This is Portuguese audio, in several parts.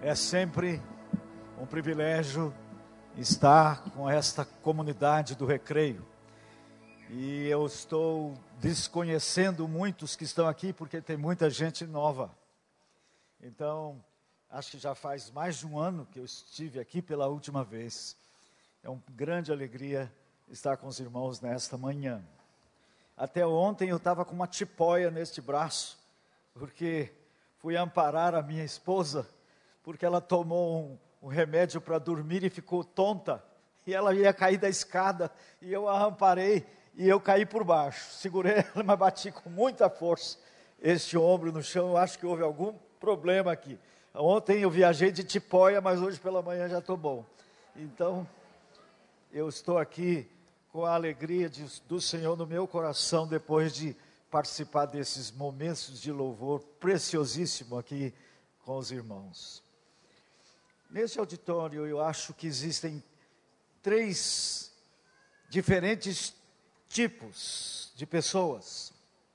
É sempre um privilégio estar com esta comunidade do Recreio. E eu estou desconhecendo muitos que estão aqui, porque tem muita gente nova. Então, acho que já faz mais de um ano que eu estive aqui pela última vez. É uma grande alegria estar com os irmãos nesta manhã. Até ontem eu estava com uma tipóia neste braço, porque fui amparar a minha esposa, porque ela tomou um remédio para dormir e ficou tonta, e ela ia cair da escada, e eu a amparei, e eu caí por baixo. Segurei ela, mas bati com muita força este ombro no chão. Eu acho que houve algum problema aqui. Ontem eu viajei de tipóia, mas hoje pela manhã já estou bom. Então, eu estou aqui com a alegria do Senhor no meu coração, depois de participar desses momentos de louvor preciosíssimo aqui com os irmãos. Nesse auditório, eu acho que existem 3 diferentes tipos de pessoas.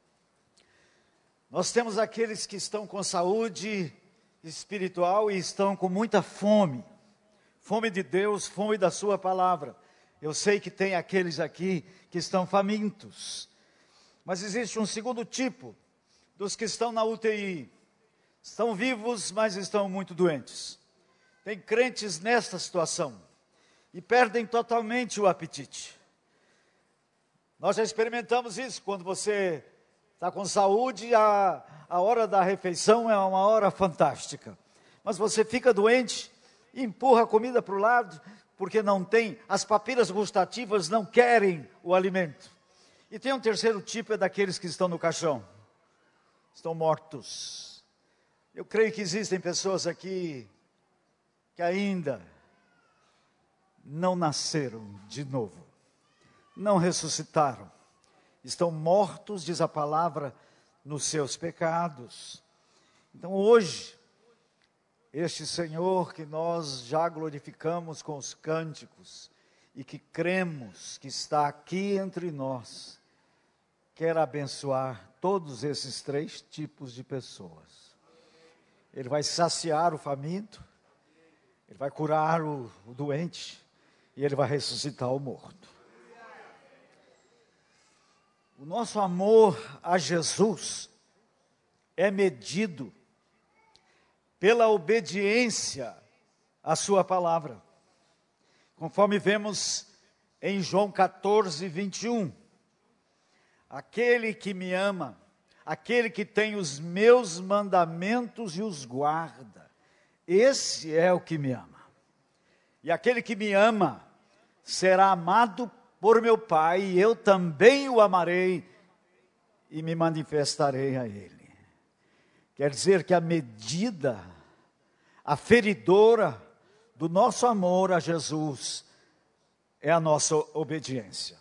Nós temos aqueles que estão com saúde espiritual e estão com muita fome. Fome de Deus, fome da sua palavra. Eu sei que tem aqueles aqui que estão famintos. Mas existe um segundo tipo, dos que estão na UTI. Estão vivos, mas estão muito doentes. Tem crentes nesta situação e perdem totalmente o apetite. Nós já experimentamos isso. Quando você está com saúde, a hora da refeição é uma hora fantástica. Mas você fica doente e empurra a comida para o lado, porque não tem, as papilas gustativas não querem o alimento. E tem um terceiro tipo, é daqueles que estão no caixão. Estão mortos. Eu creio que existem pessoas aqui que ainda não nasceram de novo, não ressuscitaram, estão mortos, diz a palavra, nos seus pecados. Então hoje, este Senhor que nós já glorificamos com os cânticos e que cremos que está aqui entre nós, quer abençoar todos esses 3 tipos de pessoas. Ele vai saciar o faminto, Ele vai curar o doente e Ele vai ressuscitar o morto. O nosso amor a Jesus é medido pela obediência à sua palavra. Conforme vemos em João 14, 21. Aquele que me ama, aquele que tem os meus mandamentos e os guarda, esse é o que me ama. E aquele que me ama será amado por meu Pai, e eu também o amarei e me manifestarei a ele. Quer dizer que a medida aferidora do nosso amor a Jesus é a nossa obediência.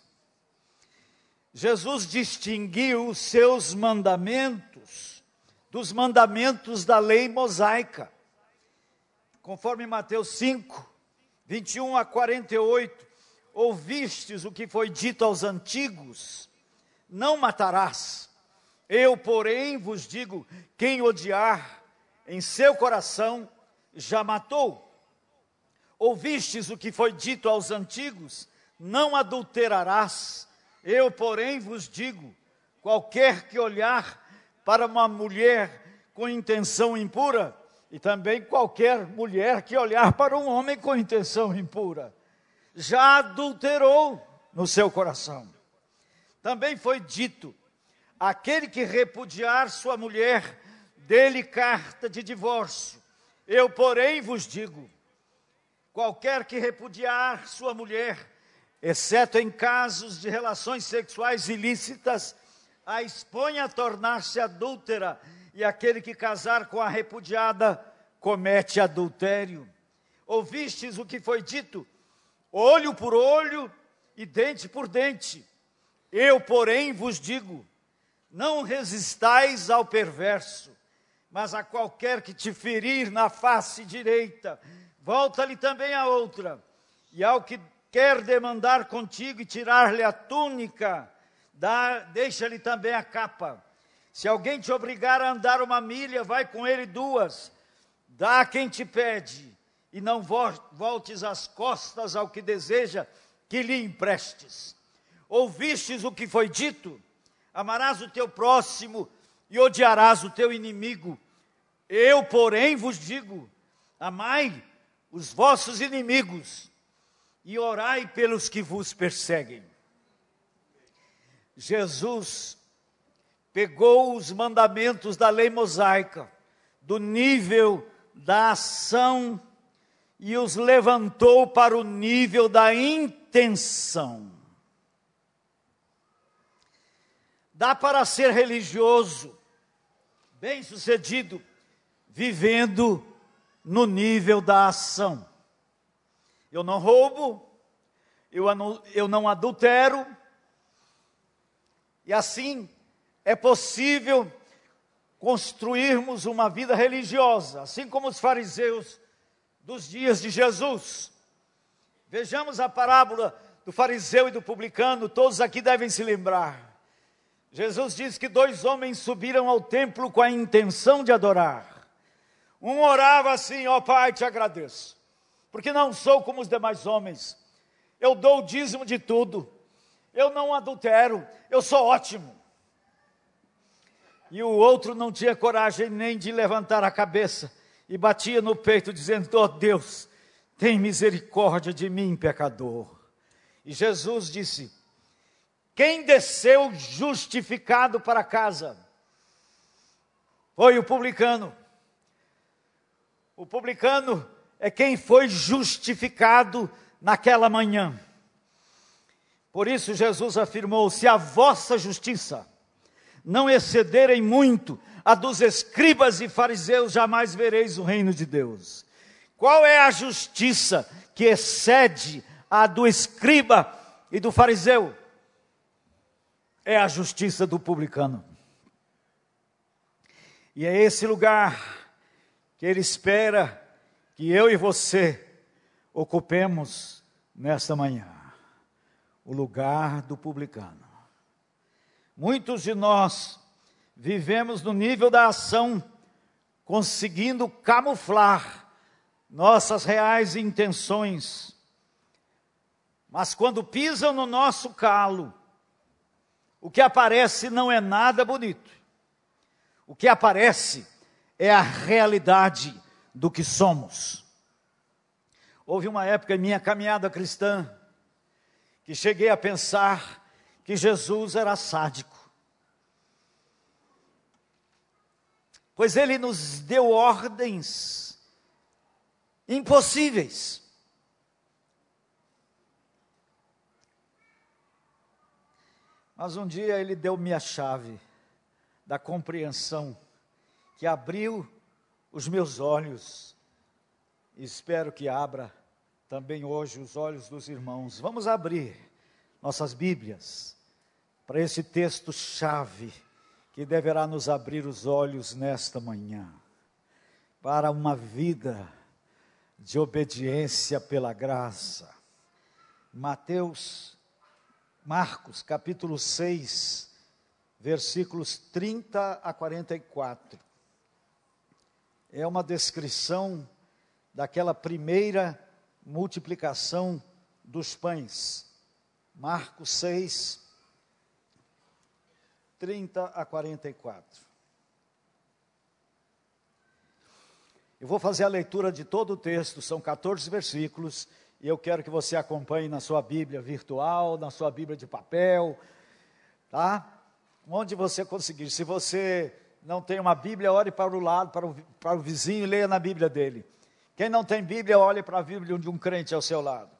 Jesus distinguiu os seus mandamentos dos mandamentos da lei mosaica. Conforme Mateus 5, 21 a 48, ouvistes o que foi dito aos antigos, não matarás. Eu, porém, vos digo, quem odiar em seu coração, já matou. Ouvistes o que foi dito aos antigos, não adulterarás. Eu, porém, vos digo, qualquer que olhar para uma mulher com intenção impura, e também qualquer mulher que olhar para um homem com intenção impura, já adulterou no seu coração. Também foi dito, aquele que repudiar sua mulher, dê-lhe carta de divórcio. Eu, porém, vos digo, qualquer que repudiar sua mulher, exceto em casos de relações sexuais ilícitas, a expõe a tornar-se adúltera, e aquele que casar com a repudiada comete adultério. Ouvistes o que foi dito? Olho por olho e dente por dente. Eu, porém, vos digo, não resistais ao perverso, mas a qualquer que te ferir na face direita, volta-lhe também a outra. E ao que quer demandar contigo e tirar-lhe a túnica, deixa-lhe também a capa. Se alguém te obrigar a andar 1 milha, vai com ele 2. dá a quem te pede, e não voltes as costas ao que deseja que lhe emprestes. Ouvistes o que foi dito? Amarás o teu próximo e odiarás o teu inimigo. Eu, porém, vos digo, amai os vossos inimigos e orai pelos que vos perseguem. Jesus pegou os mandamentos da lei mosaica, do nível da ação, e os levantou para o nível da intenção. Dá para ser religioso, bem-sucedido, vivendo no nível da ação. Eu não roubo, eu não adultero, e assim é possível construirmos uma vida religiosa, assim como os fariseus dos dias de Jesus. Vejamos a parábola do fariseu e do publicano, todos aqui devem se lembrar. Jesus diz que 2 homens subiram ao templo com a intenção de adorar. Um orava assim: ó Pai, te agradeço, porque não sou como os demais homens, eu dou o dízimo de tudo, eu não adultero, eu sou ótimo. E o outro não tinha coragem nem de levantar a cabeça, e batia no peito dizendo: ó Deus, tem misericórdia de mim, pecador. E Jesus disse: quem desceu justificado para casa foi o publicano. O publicano é quem foi justificado naquela manhã. Por isso Jesus afirmou: se a vossa justiça não excederem muito a dos escribas e fariseus, jamais vereis o reino de Deus. Qual é a justiça que excede a do escriba e do fariseu? É a justiça do publicano. E é esse lugar que ele espera que eu e você ocupemos nesta manhã. O lugar do publicano. Muitos de nós vivemos no nível da ação, conseguindo camuflar nossas reais intenções. Mas quando pisam no nosso calo, o que aparece não é nada bonito. O que aparece é a realidade do que somos. Houve uma época em minha caminhada cristã que cheguei a pensar que Jesus era sádico, pois ele nos deu ordens impossíveis. Mas um dia ele deu-me a chave da compreensão, que abriu os meus olhos, e espero que abra também hoje os olhos dos irmãos. Vamos abrir nossas Bíblias para esse texto-chave, que deverá nos abrir os olhos nesta manhã, para uma vida de obediência pela graça. Marcos, capítulo 6, versículos 30 a 44. É uma descrição daquela primeira multiplicação dos pães. Marcos 6, 30 a 44. Eu vou fazer a leitura de todo o texto, são 14 versículos, e eu quero que você acompanhe na sua Bíblia virtual, na sua Bíblia de papel, tá? Onde você conseguir. Se você não tem uma Bíblia, olhe para o lado, para o vizinho e leia na Bíblia dele. Quem não tem Bíblia, olhe para a Bíblia de um crente ao seu lado.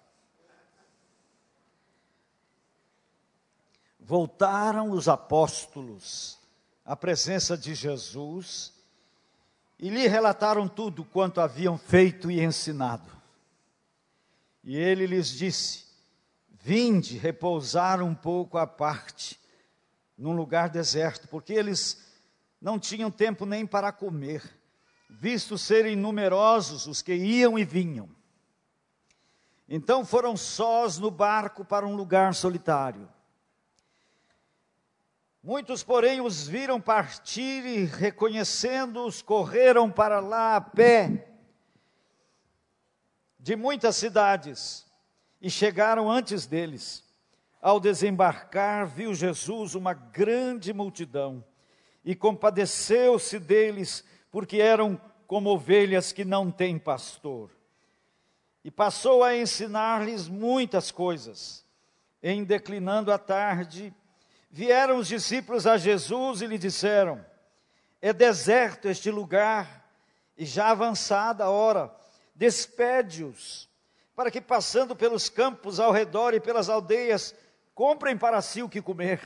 Voltaram os apóstolos à presença de Jesus e lhe relataram tudo quanto haviam feito e ensinado. E ele lhes disse: vinde repousar um pouco à parte, num lugar deserto, porque eles não tinham tempo nem para comer, visto serem numerosos os que iam e vinham. Então foram sós no barco para um lugar solitário. Muitos, porém, os viram partir e, reconhecendo-os, correram para lá a pé de muitas cidades e chegaram antes deles. Ao desembarcar, viu Jesus uma grande multidão e compadeceu-se deles, porque eram como ovelhas que não têm pastor. E passou a ensinar-lhes muitas coisas. Em declinando a tarde, vieram os discípulos a Jesus e lhe disseram: é deserto este lugar, e já avançada a hora, despede-os, para que passando pelos campos ao redor e pelas aldeias, comprem para si o que comer.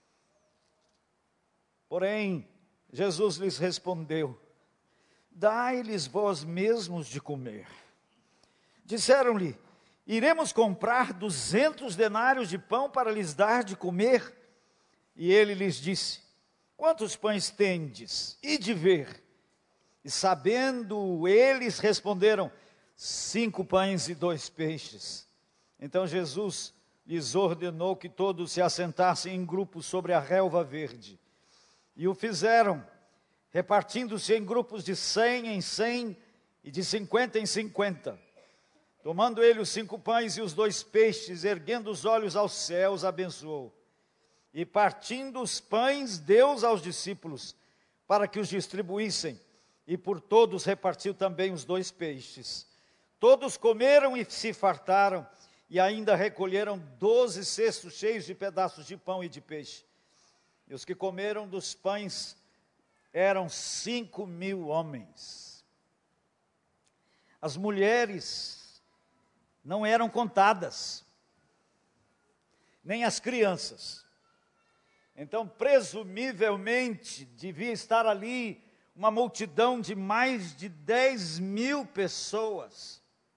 Porém, Jesus lhes respondeu: dai-lhes vós mesmos de comer. Disseram-lhe: iremos comprar 200 denários de pão para lhes dar de comer? E ele lhes disse: quantos pães tendes? Ide ver. E sabendo eles, responderam: 5 pães e 2 peixes. Então Jesus lhes ordenou que todos se assentassem em grupos sobre a relva verde. E o fizeram, repartindo-se em grupos de 100 em 100 e de 50 em 50. Tomando ele os 5 pães e os 2 peixes, erguendo os olhos aos céus, abençoou. E partindo os pães, deu-os aos discípulos, para que os distribuíssem. E por todos repartiu também os 2 peixes. Todos comeram e se fartaram, e ainda recolheram 12 cestos cheios de pedaços de pão e de peixe. E os que comeram dos pães eram 5.000 homens. As mulheres não eram contadas, nem as crianças. Então, presumivelmente, devia estar ali uma multidão de mais de 10.000 pessoas,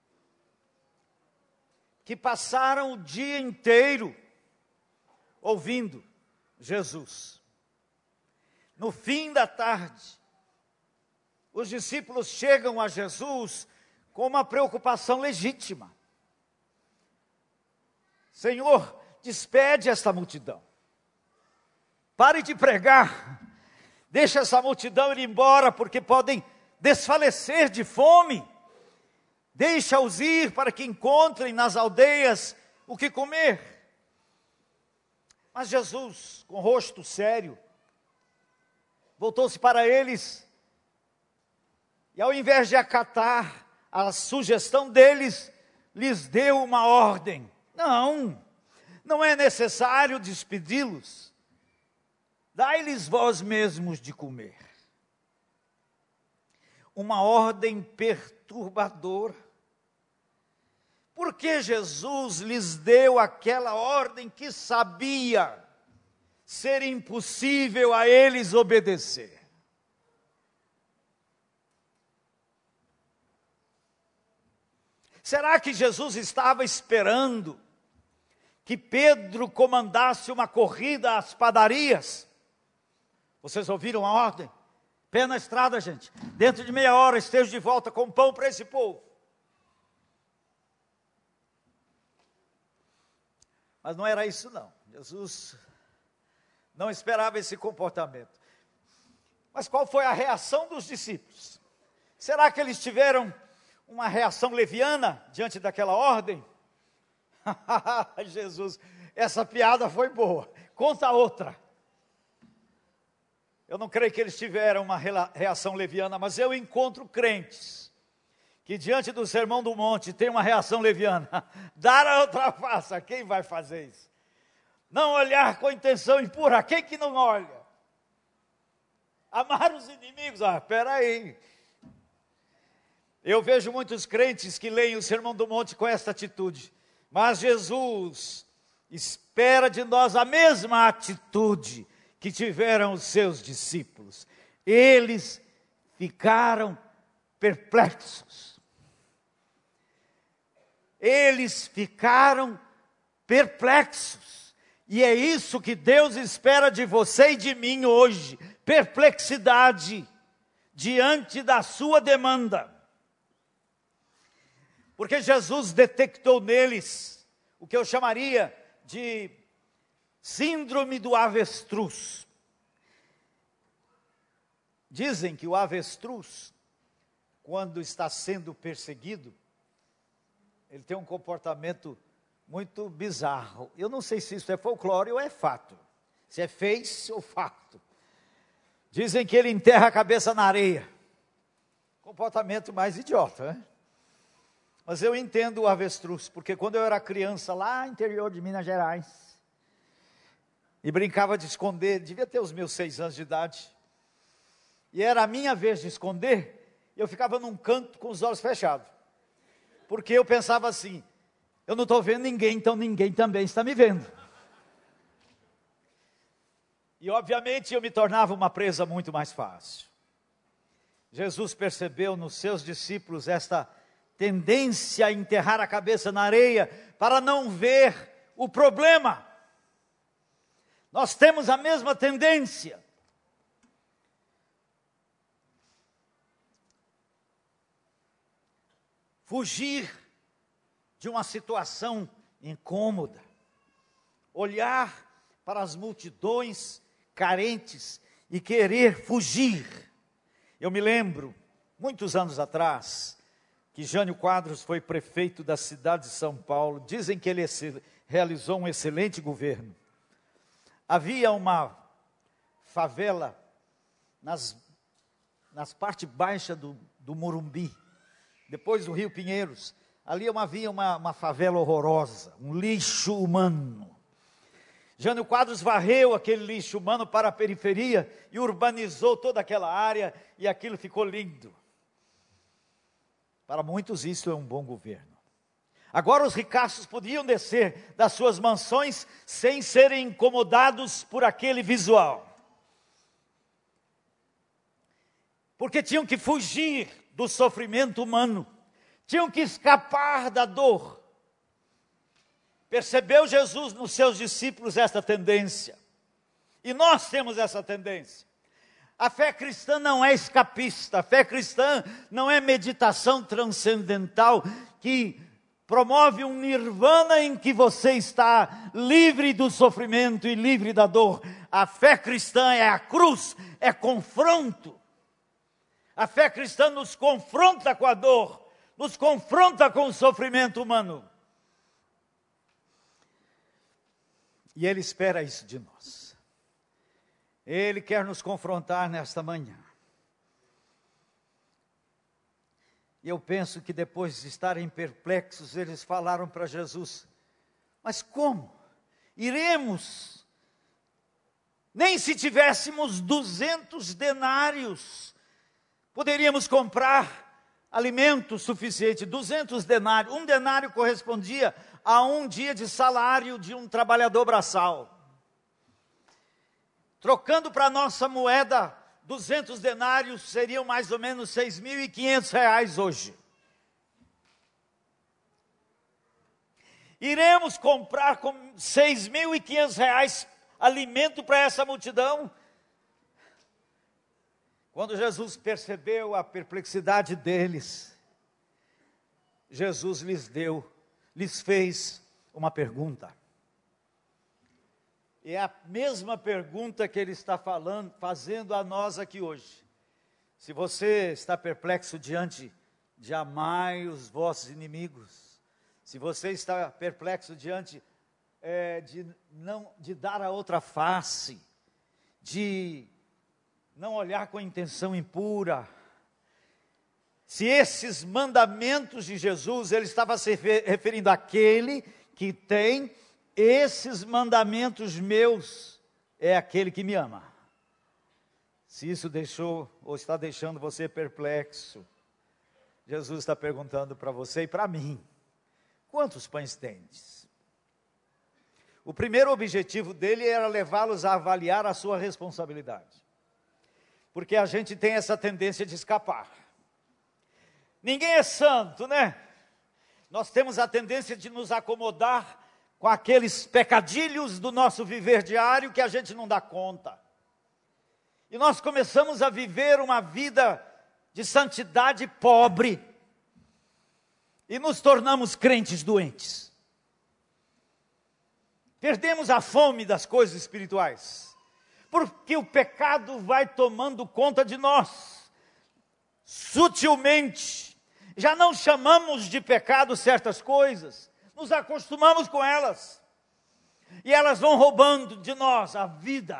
que passaram o dia inteiro ouvindo Jesus. No fim da tarde, os discípulos chegam a Jesus com uma preocupação legítima. Senhor, despede esta multidão. Pare de pregar. Deixa essa multidão ir embora, porque podem desfalecer de fome. Deixa-os ir para que encontrem nas aldeias o que comer. Mas Jesus, com rosto sério, voltou-se para eles e, ao invés de acatar a sugestão deles, lhes deu uma ordem. Não é necessário despedi-los. Dai-lhes vós mesmos de comer. Uma ordem perturbadora. Por que Jesus lhes deu aquela ordem que sabia ser impossível a eles obedecer? Será que Jesus estava esperando que Pedro comandasse uma corrida às padarias? Vocês ouviram a ordem? Pé na estrada, gente. Dentro de meia hora esteja de volta com pão para esse povo. Mas não era isso não. Jesus não esperava esse comportamento. Mas qual foi a reação dos discípulos? Será que eles tiveram uma reação leviana diante daquela ordem? Jesus, essa piada foi boa. Conta outra. Eu não creio que eles tiveram uma reação leviana, mas eu encontro crentes que diante do Sermão do Monte tem uma reação leviana. Dar a outra face, quem vai fazer isso? Não olhar com intenção impura, quem que não olha? Amar os inimigos, peraí. Eu vejo muitos crentes que leem o Sermão do Monte com esta atitude. Mas Jesus espera de nós a mesma atitude que tiveram os seus discípulos. Eles ficaram perplexos. Eles ficaram perplexos. E é isso que Deus espera de você e de mim hoje. Perplexidade diante da sua demanda. Porque Jesus detectou neles o que eu chamaria de síndrome do avestruz. Dizem que o avestruz, quando está sendo perseguido, ele tem um comportamento muito bizarro. Eu não sei se isso é folclore ou é fato. Se é face ou fato. Dizem que ele enterra a cabeça na areia. Comportamento mais idiota, né? Mas eu entendo o avestruz, porque quando eu era criança, lá no interior de Minas Gerais, e brincava de esconder, devia ter os meus 6 anos de idade, e era a minha vez de esconder, eu ficava num canto com os olhos fechados, porque eu pensava assim, eu não estou vendo ninguém, então ninguém também está me vendo. E obviamente eu me tornava uma presa muito mais fácil. Jesus percebeu nos seus discípulos esta tendência a enterrar a cabeça na areia para não ver o problema. Nós temos a mesma tendência. Fugir de uma situação incômoda. Olhar para as multidões carentes e querer fugir. Eu me lembro, muitos anos atrás, que Jânio Quadros foi prefeito da cidade de São Paulo. Dizem que ele realizou um excelente governo. Havia uma favela nas partes baixas do Morumbi, depois do Rio Pinheiros. Ali havia uma favela horrorosa, um lixo humano. Jânio Quadros varreu aquele lixo humano para a periferia e urbanizou toda aquela área e aquilo ficou lindo. Para muitos isso é um bom governo. Agora os ricaços podiam descer das suas mansões sem serem incomodados por aquele visual. Porque tinham que fugir do sofrimento humano. Tinham que escapar da dor. Percebeu Jesus nos seus discípulos esta tendência. E nós temos essa tendência. A fé cristã não é escapista, a fé cristã não é meditação transcendental que promove um nirvana em que você está livre do sofrimento e livre da dor. A fé cristã é a cruz, é confronto. A fé cristã nos confronta com a dor, nos confronta com o sofrimento humano. E Ele espera isso de nós. Ele quer nos confrontar nesta manhã. E eu penso que depois de estarem perplexos, eles falaram para Jesus, mas como? Iremos? Nem se tivéssemos 200 denários, poderíamos comprar alimento suficiente. 200 denários, um denário correspondia a um dia de salário de um trabalhador braçal. Trocando para a nossa moeda, 200 denários seriam mais ou menos R$6.500 hoje. Iremos comprar com R$6.500 alimento para essa multidão? Quando Jesus percebeu a perplexidade deles, Jesus lhes fez uma pergunta. É a mesma pergunta que Ele está fazendo a nós aqui hoje. Se você está perplexo diante de amai os vossos inimigos, se você está perplexo diante de dar a outra face, de não olhar com intenção impura, se esses mandamentos de Jesus, Ele estava se referindo àquele que tem esses mandamentos meus, é aquele que me ama. Se isso deixou ou está deixando você perplexo, Jesus está perguntando para você e para mim, quantos pães tendes? O primeiro objetivo dele era levá-los a avaliar a sua responsabilidade. Porque a gente tem essa tendência de escapar. Ninguém é santo, né? Nós temos a tendência de nos acomodar com aqueles pecadilhos do nosso viver diário que a gente não dá conta. E nós começamos a viver uma vida de santidade pobre. E nos tornamos crentes doentes. Perdemos a fome das coisas espirituais. Porque o pecado vai tomando conta de nós. Sutilmente, Já não chamamos de pecado certas coisas, nos acostumamos com elas. E elas vão roubando de nós a vida.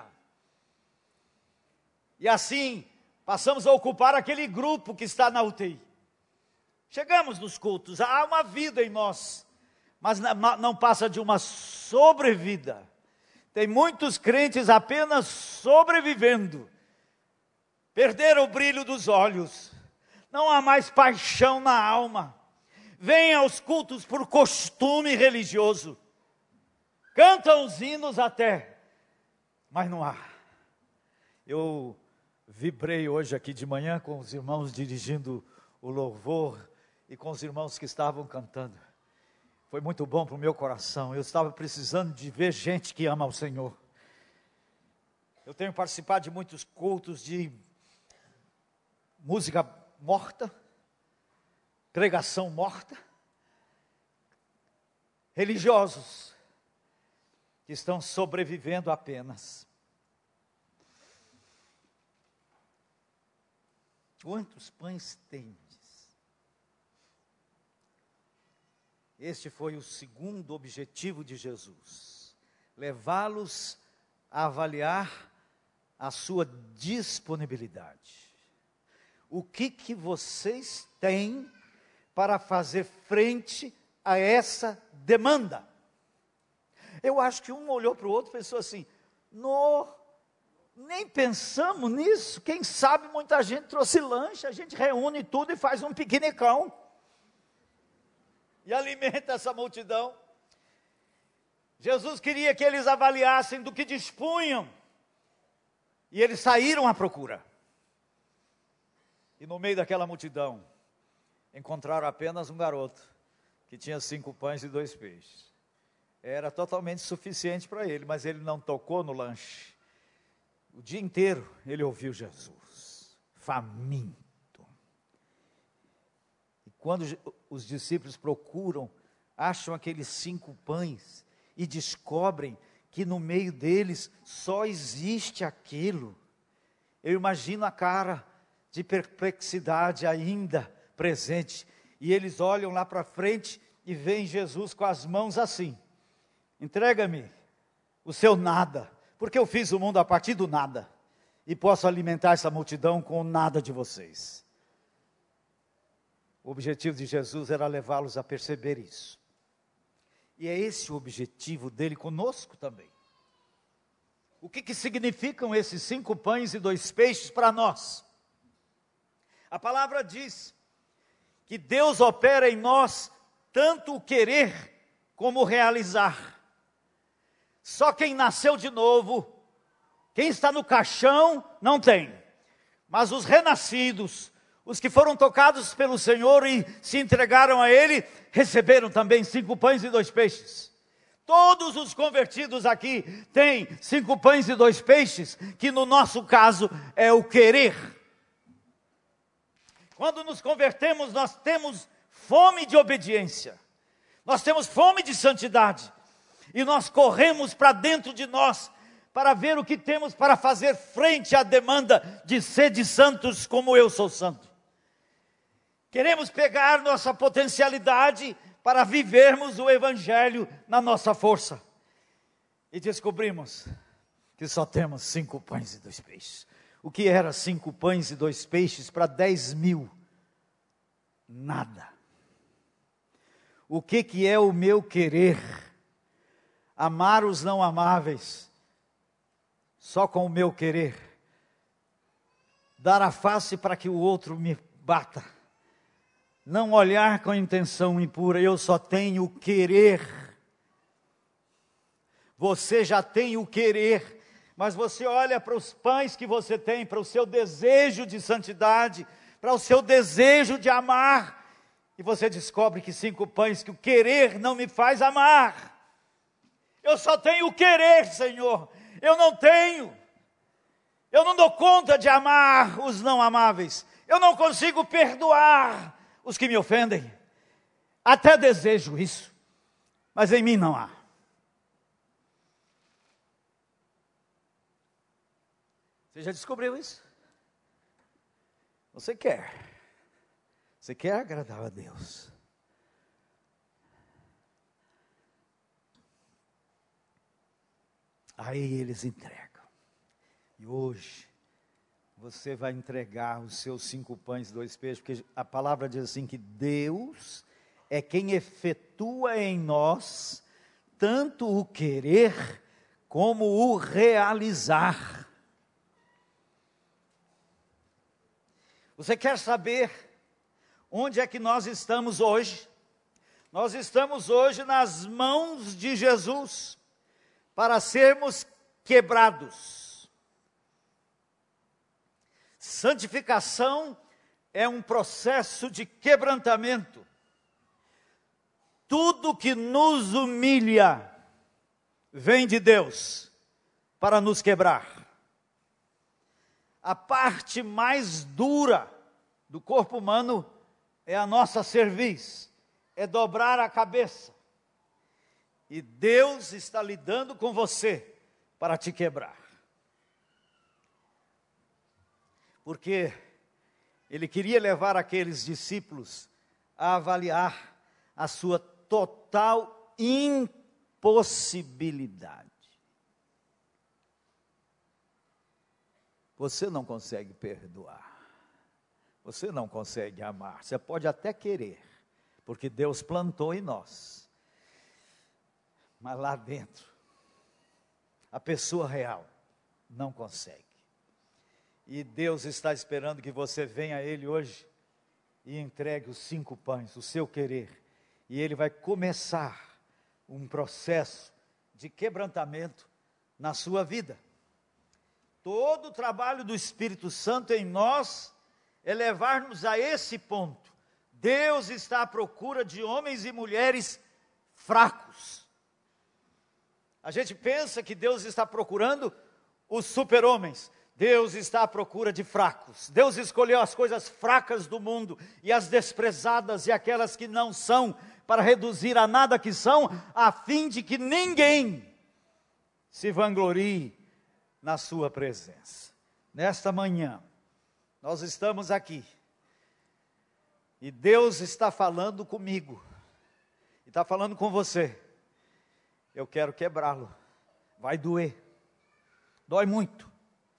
E assim, passamos a ocupar aquele grupo que está na UTI. Chegamos nos cultos, há uma vida em nós, mas não passa de uma sobrevida. Tem muitos crentes apenas sobrevivendo. Perderam o brilho dos olhos. Não há mais paixão na alma. Vêm aos cultos por costume religioso. Cantam os hinos até, mas não há. Eu vibrei hoje aqui de manhã com os irmãos dirigindo o louvor e com os irmãos que estavam cantando. Foi muito bom para o meu coração. Eu estava precisando de ver gente que ama o Senhor. Eu tenho participado de muitos cultos de música morta, pregação morta, religiosos que estão sobrevivendo apenas. Quantos pães tendes? Este foi o segundo objetivo de Jesus, levá-los a avaliar a sua disponibilidade. O que vocês têm para fazer frente a essa demanda? Eu acho que um olhou para o outro e pensou assim, nem pensamos nisso, quem sabe muita gente trouxe lanche, a gente reúne tudo e faz um piquenicão. E alimenta essa multidão. Jesus queria que eles avaliassem do que dispunham. E eles saíram à procura. E no meio daquela multidão, encontraram apenas um garoto, que tinha 5 pães e 2 peixes. Era totalmente suficiente para ele, mas ele não tocou no lanche. O dia inteiro ele ouviu Jesus, faminto. E quando os discípulos procuram, acham aqueles 5 pães e descobrem que no meio deles só existe aquilo. Eu imagino a cara de perplexidade ainda presente. E eles olham lá para frente e veem Jesus com as mãos assim. Entrega-me o seu nada, porque eu fiz o mundo a partir do nada. E posso alimentar essa multidão com o nada de vocês. O objetivo de Jesus era levá-los a perceber isso. E é esse o objetivo dele conosco também. O que significam esses 5 pães e 2 peixes para nós? A palavra diz que Deus opera em nós tanto o querer como o realizar. Só quem nasceu de novo, quem está no caixão, não tem. Mas os renascidos, os que foram tocados pelo Senhor e se entregaram a Ele, receberam também 5 pães e 2 peixes. Todos os convertidos aqui têm 5 pães e 2 peixes, que no nosso caso é o querer. Quando nos convertemos, nós temos fome de obediência. Nós temos fome de santidade. E nós corremos para dentro de nós, para ver o que temos para fazer frente à demanda de sede santos como eu sou santo. Queremos pegar nossa potencialidade para vivermos o Evangelho na nossa força. E descobrimos que só temos 5 pães e 2 peixes. O que era 5 pães e 2 peixes para 10.000? Nada. O que é o meu querer? Amar os não amáveis, só com o meu querer. Dar a face para que o outro me bata. Não olhar com intenção impura, eu só tenho querer. Você já tem o querer, mas você olha para os pães que você tem, para o seu desejo de santidade, para o seu desejo de amar, e você descobre que 5 pães, que o querer não me faz amar. Eu só tenho o querer, Senhor. Eu não dou conta de amar os não amáveis. Eu não consigo perdoar os que me ofendem. Até desejo isso, mas em mim não há. Você já descobriu isso? Você quer. Você quer agradar a Deus. Aí eles entregam. E hoje, você vai entregar os seus 5 pães e 2 peixes, porque a palavra diz assim que Deus é quem efetua em nós tanto o querer como o realizar. Você quer saber onde é que nós estamos hoje? Nós estamos hoje nas mãos de Jesus para sermos quebrados. Santificação é um processo de quebrantamento. Tudo que nos humilha vem de Deus para nos quebrar. A parte mais dura do corpo humano é a nossa cerviz, é dobrar a cabeça. E Deus está lidando com você para te quebrar. Porque Ele queria levar aqueles discípulos a avaliar a sua total impossibilidade. Você não consegue perdoar. Você não consegue amar. Você pode até querer, porque Deus plantou em nós. Mas lá dentro, a pessoa real não consegue. E Deus está esperando que você venha a Ele hoje e entregue os 5 pães, o seu querer. E Ele vai começar um processo de quebrantamento na sua vida. Todo o trabalho do Espírito Santo em nós é levar-nos a esse ponto. Deus está à procura de homens e mulheres fracos. A gente pensa que Deus está procurando os super-homens. Deus está à procura de fracos. Deus escolheu as coisas fracas do mundo e as desprezadas e aquelas que não são, para reduzir a nada que são, a fim de que ninguém se vanglorie na sua presença. Nesta manhã, nós estamos aqui e Deus está falando comigo e está falando com você. Eu quero quebrá-lo. Vai doer. Dói muito.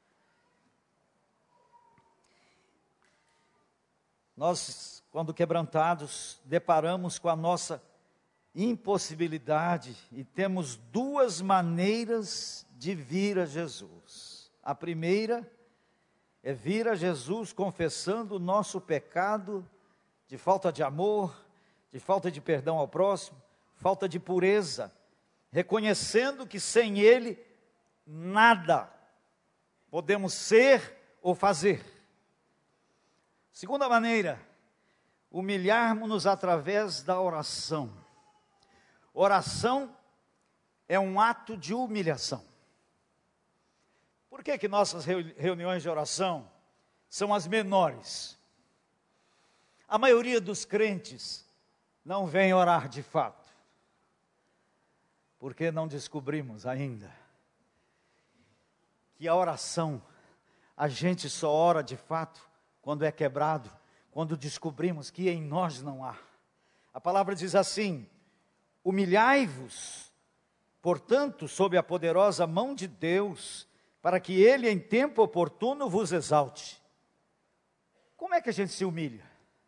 Nós, quando quebrantados, deparamos com a nossa impossibilidade e temos 2 maneiras de vir a Jesus. A primeira é vir a Jesus confessando o nosso pecado de falta de amor, de falta de perdão ao próximo, falta de pureza, reconhecendo que sem Ele nada podemos ser ou fazer. Segunda maneira, humilharmos-nos através da oração. Oração é um ato de humilhação. Por que nossas reuniões de oração são as menores? A maioria dos crentes não vem orar de fato, porque não descobrimos ainda que a oração, a gente só ora de fato quando é quebrado, quando descobrimos que em nós não há. A palavra diz assim: humilhai-vos, portanto, sob a poderosa mão de Deus, para que Ele em tempo oportuno vos exalte. Como é que a gente se humilha?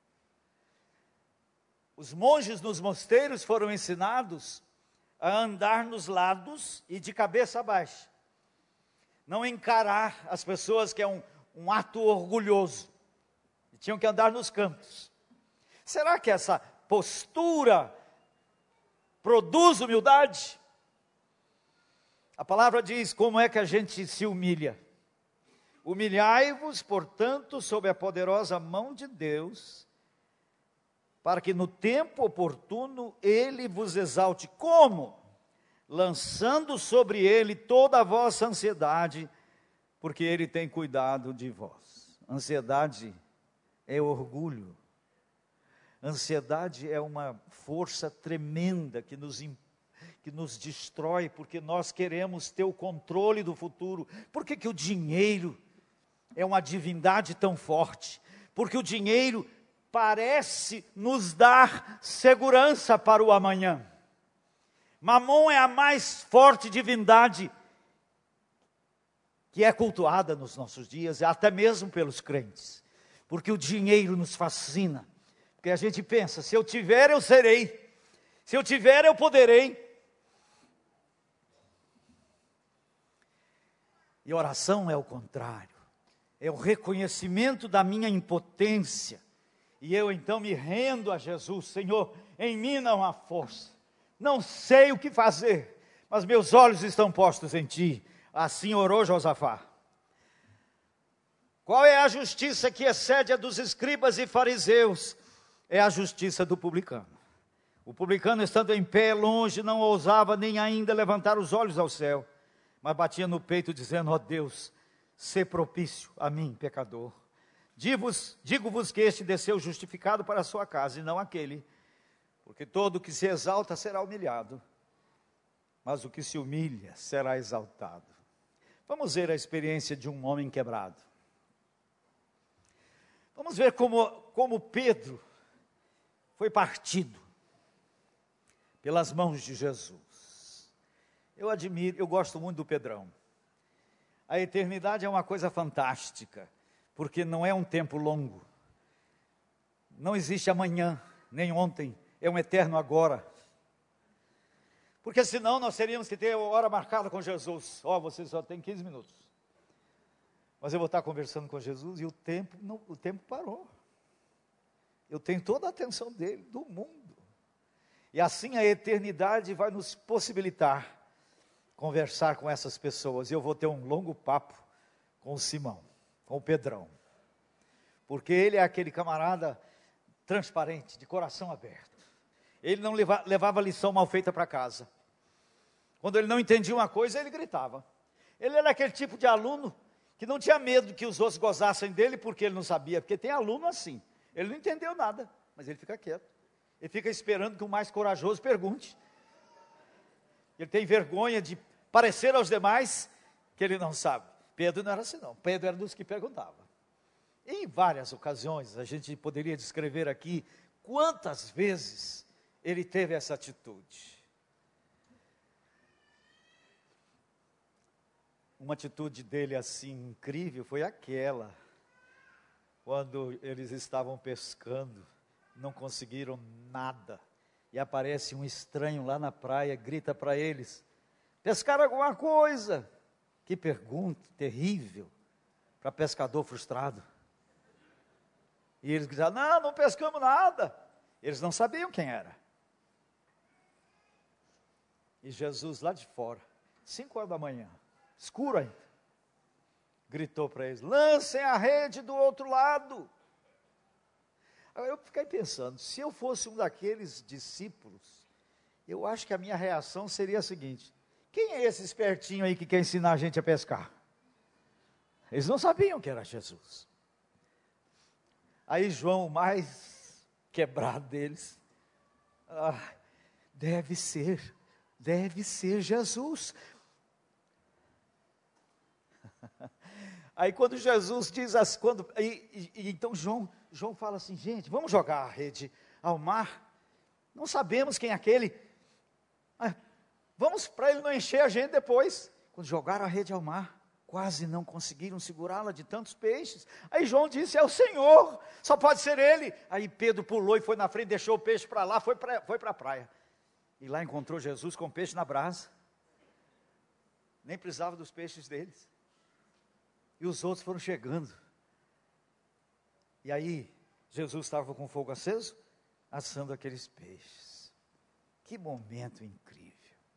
Os monges nos mosteiros foram ensinados a andar nos lados e de cabeça baixa. Não encarar as pessoas, que é um ato orgulhoso. Tinham que andar nos cantos. Será que essa postura produz humildade? A palavra diz como é que a gente se humilha. Humilhai-vos, portanto, sob a poderosa mão de Deus, para que no tempo oportuno Ele vos exalte. Como? Lançando sobre Ele toda a vossa ansiedade, porque Ele tem cuidado de vós. Ansiedade é orgulho. Ansiedade é uma força tremenda que nos destrói, porque nós queremos ter o controle do futuro. Por que o dinheiro é uma divindade tão forte? Porque o dinheiro parece nos dar segurança para o amanhã. Mamon é a mais forte divindade que é cultuada nos nossos dias, até mesmo pelos crentes, porque o dinheiro nos fascina, porque a gente pensa, se eu tiver eu serei, se eu tiver eu poderei. E oração é o contrário, é o reconhecimento da minha impotência, e eu então me rendo a Jesus. Senhor, em mim não há força, não sei o que fazer, mas meus olhos estão postos em Ti. Assim orou Josafá. Qual é a justiça que excede a dos escribas e fariseus? É a justiça do publicano. O publicano, estando em pé, longe, não ousava nem ainda levantar os olhos ao céu, mas batia no peito, dizendo: ó Deus, sê propício a mim, pecador. Digo-vos que este desceu justificado para a sua casa, e não aquele, porque todo que se exalta será humilhado, mas o que se humilha será exaltado. Vamos ver a experiência de um homem quebrado. Vamos ver como Pedro foi partido pelas mãos de Jesus. Eu gosto muito do Pedrão. A eternidade é uma coisa fantástica, porque não é um tempo longo. Não existe amanhã, nem ontem, é um eterno agora. Porque senão nós teríamos que ter hora marcada com Jesus. Você só tem 15 minutos. Mas eu vou estar conversando com Jesus e o tempo parou. Eu tenho toda a atenção dele, do mundo. E assim a eternidade vai nos possibilitar conversar com essas pessoas. E eu vou ter um longo papo com o Simão, com o Pedrão. Porque ele é aquele camarada transparente, de coração aberto. Ele não levava lição mal feita para casa. Quando ele não entendia uma coisa, ele gritava. Ele era aquele tipo de aluno que não tinha medo que os outros gozassem dele, porque ele não sabia. Porque tem aluno assim, ele não entendeu nada, mas ele fica quieto. Ele fica esperando que o mais corajoso pergunte. Ele tem vergonha de parecer aos demais que ele não sabe. Pedro não era assim não, Pedro era dos que perguntava. Em várias ocasiões, a gente poderia descrever aqui quantas vezes ele teve essa atitude. Uma atitude dele assim incrível foi aquela, quando eles estavam pescando, não conseguiram nada, e aparece um estranho lá na praia, grita para eles: pescaram alguma coisa? Que pergunta terrível para pescador frustrado. E eles diziam: não pescamos nada. Eles não sabiam quem era. E Jesus lá de fora, 5 horas da manhã, escuro ainda, gritou para eles: lancem a rede do outro lado. Eu fiquei pensando, se eu fosse um daqueles discípulos, eu acho que a minha reação seria a seguinte: quem é esse espertinho aí que quer ensinar a gente a pescar? Eles não sabiam que era Jesus. Aí João, o mais quebrado deles: deve ser Jesus. Aí quando Jesus diz, então João fala assim: gente, vamos jogar a rede ao mar, não sabemos quem é aquele, vamos para ele não encher a gente depois. Quando jogaram a rede ao mar, quase não conseguiram segurá-la de tantos peixes. Aí João disse: é o Senhor, só pode ser ele. Aí Pedro pulou e foi na frente, deixou o peixe para lá, foi para a praia. E lá encontrou Jesus com peixe na brasa. Nem precisava dos peixes deles. E os outros foram chegando. E aí, Jesus estava com fogo aceso, assando aqueles peixes. Que momento incrível.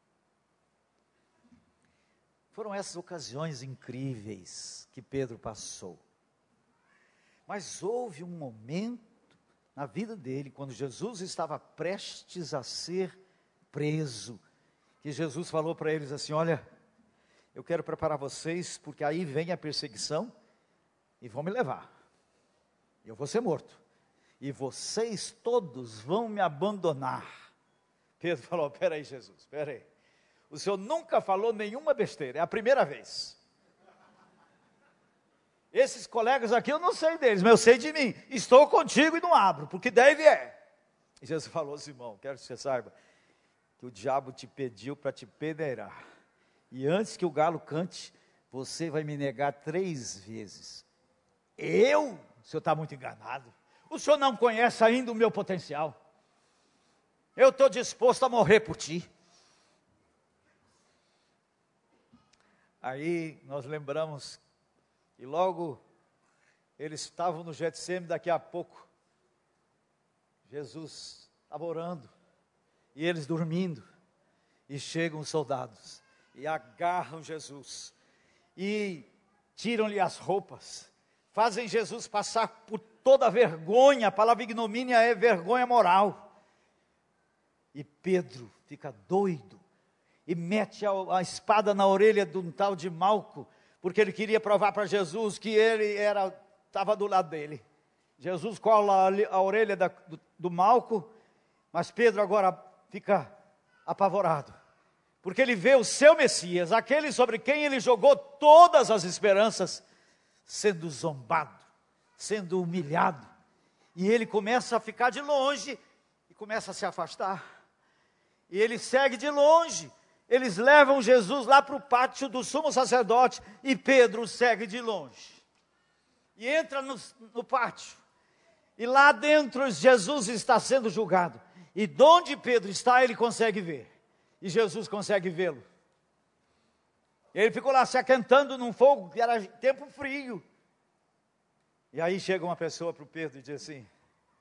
Foram essas ocasiões incríveis que Pedro passou. Mas houve um momento na vida dele, quando Jesus estava prestes a ser preso, que Jesus falou para eles assim: olha, eu quero preparar vocês, porque aí vem a perseguição, e vão me levar, eu vou ser morto, e vocês todos vão me abandonar. Pedro falou: peraí Jesus, peraí, o senhor nunca falou nenhuma besteira, é a primeira vez. Esses colegas aqui eu não sei deles, mas eu sei de mim. Estou contigo e não abro, porque deve é. E Jesus falou: Simão, quero que você saiba que o diabo te pediu para te peneirar. E antes que o galo cante, você vai me negar 3 vezes. Eu? O senhor está muito enganado. O senhor não conhece ainda o meu potencial. Eu estou disposto a morrer por ti. Aí nós lembramos, e logo eles estavam no Getsêmani, daqui a pouco, Jesus estava orando, e eles dormindo, e chegam os soldados, e agarram Jesus, e tiram-lhe as roupas, fazem Jesus passar por toda a vergonha. A palavra ignomínia é vergonha moral, e Pedro fica doido, e mete a espada na orelha de um tal de Malco, porque ele queria provar para Jesus que ele estava do lado dele. Jesus cola a orelha do Malco, mas Pedro agora fica apavorado, porque ele vê o seu Messias, aquele sobre quem ele jogou todas as esperanças, sendo zombado, sendo humilhado, e ele começa a ficar de longe, e começa a se afastar, e ele segue de longe. Eles levam Jesus lá para o pátio do sumo sacerdote, e Pedro segue de longe, e entra no pátio, e lá dentro Jesus está sendo julgado, e de onde Pedro está ele consegue ver, e Jesus consegue vê-lo. Ele ficou lá se aquentando num fogo, que era tempo frio, e aí chega uma pessoa para o Pedro e diz assim,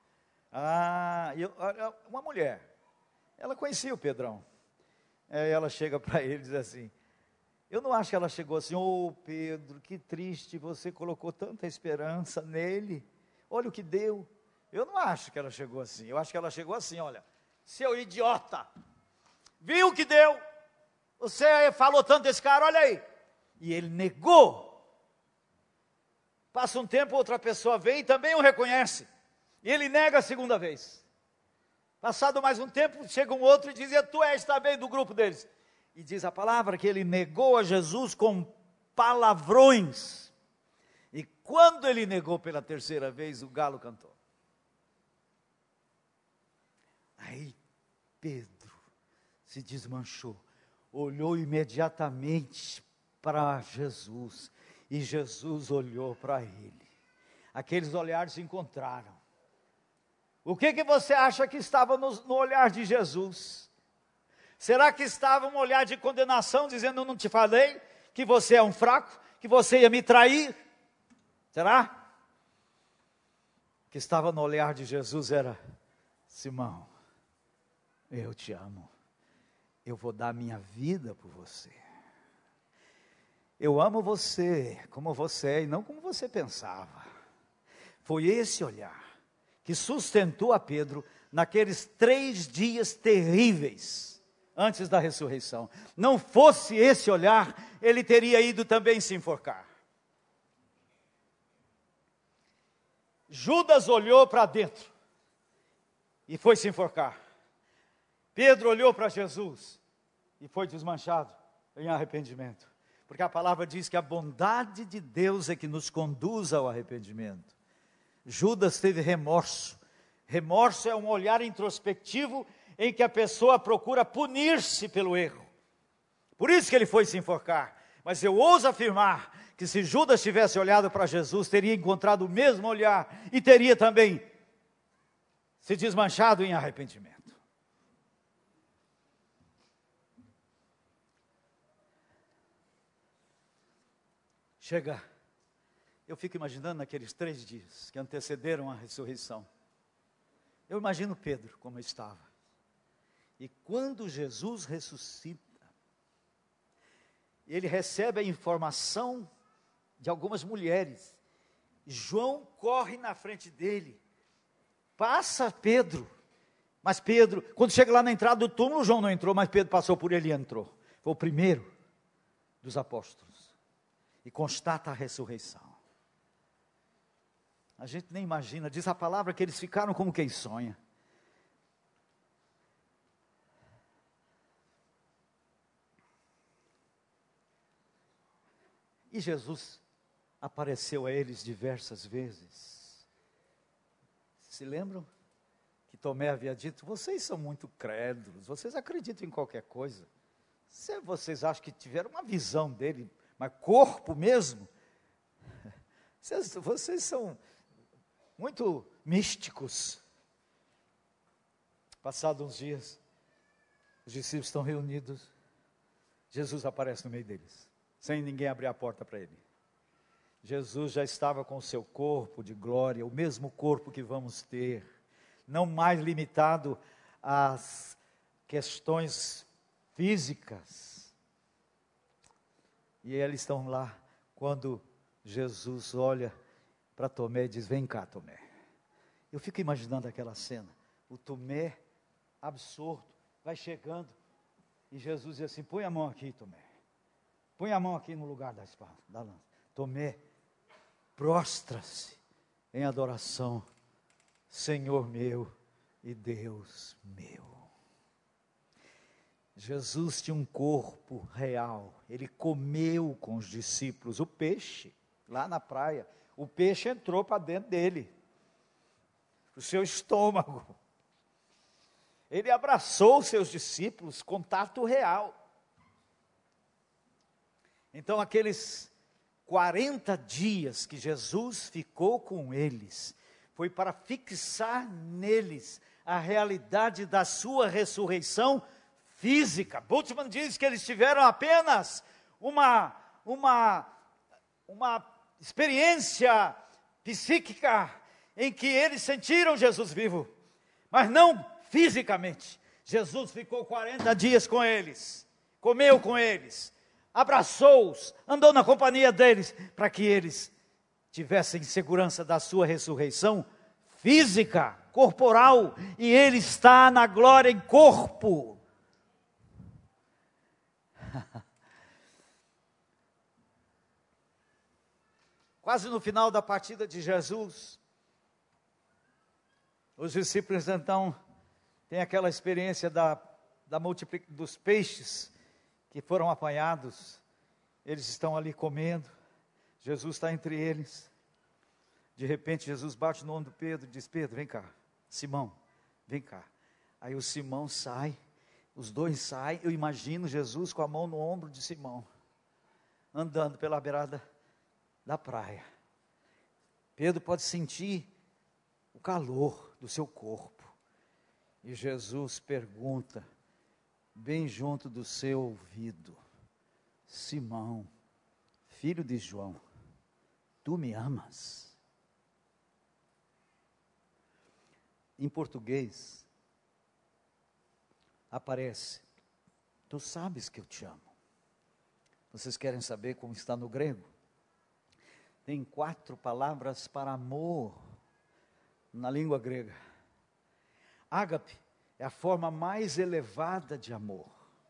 uma mulher, ela conhecia o Pedrão. Aí ela chega para ele e diz assim, eu não acho que ela chegou assim, Pedro, que triste, você colocou tanta esperança nele, olha o que deu. Eu não acho que ela chegou assim, eu acho que ela chegou assim, olha, seu idiota, viu o que deu? Você falou tanto desse cara, olha aí. E ele negou. Passa um tempo, outra pessoa vem e também o reconhece, e ele nega a segunda vez. Passado mais um tempo, chega um outro e diz, tu és também do grupo deles. E diz a palavra que ele negou a Jesus com palavrões. E quando ele negou pela 3ª vez, o galo cantou. Aí Pedro se desmanchou, olhou imediatamente para Jesus, e Jesus olhou para ele. Aqueles olhares se encontraram. O que você acha que estava no olhar de Jesus? Será que estava um olhar de condenação, dizendo, eu não te falei que você é um fraco, que você ia me trair? Será? O que estava no olhar de Jesus era, Simão, eu te amo, eu vou dar minha vida por você. Eu amo você como você é e não como você pensava. Foi esse olhar que sustentou a Pedro naqueles 3 dias terríveis antes da ressurreição. Não fosse esse olhar, ele teria ido também se enforcar. Judas olhou para dentro e foi se enforcar. Pedro olhou para Jesus e foi desmanchado em arrependimento. Porque a palavra diz que a bondade de Deus é que nos conduz ao arrependimento. Judas teve remorso. Remorso é um olhar introspectivo em que a pessoa procura punir-se pelo erro. Por isso que ele foi se enforcar. Mas eu ouso afirmar que se Judas tivesse olhado para Jesus, teria encontrado o mesmo olhar e teria também se desmanchado em arrependimento. Chega. Eu fico imaginando naqueles 3 dias que antecederam a ressurreição. Eu imagino Pedro como estava. E quando Jesus ressuscita, ele recebe a informação de algumas mulheres. João corre na frente dele. Passa Pedro. Mas Pedro, quando chega lá na entrada do túmulo, João não entrou, mas Pedro passou por ele e entrou. Foi o primeiro dos apóstolos. E constata a ressurreição. A gente nem imagina, diz a palavra que eles ficaram como quem sonha. E Jesus apareceu a eles diversas vezes. Se lembram que Tomé havia dito: vocês são muito crédulos, vocês acreditam em qualquer coisa. Se vocês acham que tiveram uma visão dele, mas corpo mesmo, vocês são muito místicos. Passados uns dias, os discípulos estão reunidos, Jesus aparece no meio deles, sem ninguém abrir a porta para ele. Jesus já estava com o seu corpo de glória, o mesmo corpo que vamos ter, não mais limitado às questões físicas. E eles estão lá, quando Jesus olha para Tomé e diz: vem cá, Tomé. Eu fico imaginando aquela cena, o Tomé, absorto, vai chegando, e Jesus diz assim: põe a mão aqui, Tomé, põe a mão aqui no lugar da espada, da lança. Tomé prostra-se em adoração: Senhor meu e Deus meu. Jesus tinha um corpo real, ele comeu com os discípulos o peixe, lá na praia, o peixe entrou para dentro dele, o seu estômago. Ele abraçou os seus discípulos, contato real. Então aqueles 40 dias que Jesus ficou com eles, foi para fixar neles a realidade da sua ressurreição física. Bultmann diz que eles tiveram apenas uma experiência psíquica em que eles sentiram Jesus vivo, mas não fisicamente. Jesus ficou 40 dias com eles, comeu com eles, abraçou-os, andou na companhia deles, para que eles tivessem segurança da sua ressurreição física, corporal, e ele está na glória em corpo. Quase no final da partida de Jesus, os discípulos então têm aquela experiência dos peixes que foram apanhados. Eles estão ali comendo, Jesus está entre eles. De repente Jesus bate no ombro do Pedro e diz: Pedro, vem cá, Simão, vem cá. Aí o Simão sai, os dois saem. Eu imagino Jesus com a mão no ombro de Simão, andando pela beirada da praia. Pedro pode sentir o calor do seu corpo, e Jesus pergunta, bem junto do seu ouvido: Simão, filho de João, tu me amas? Em português aparece: tu sabes que eu te amo. Vocês querem saber como está no grego? Tem 4 palavras para amor na língua grega. Ágape é a forma mais elevada de amor.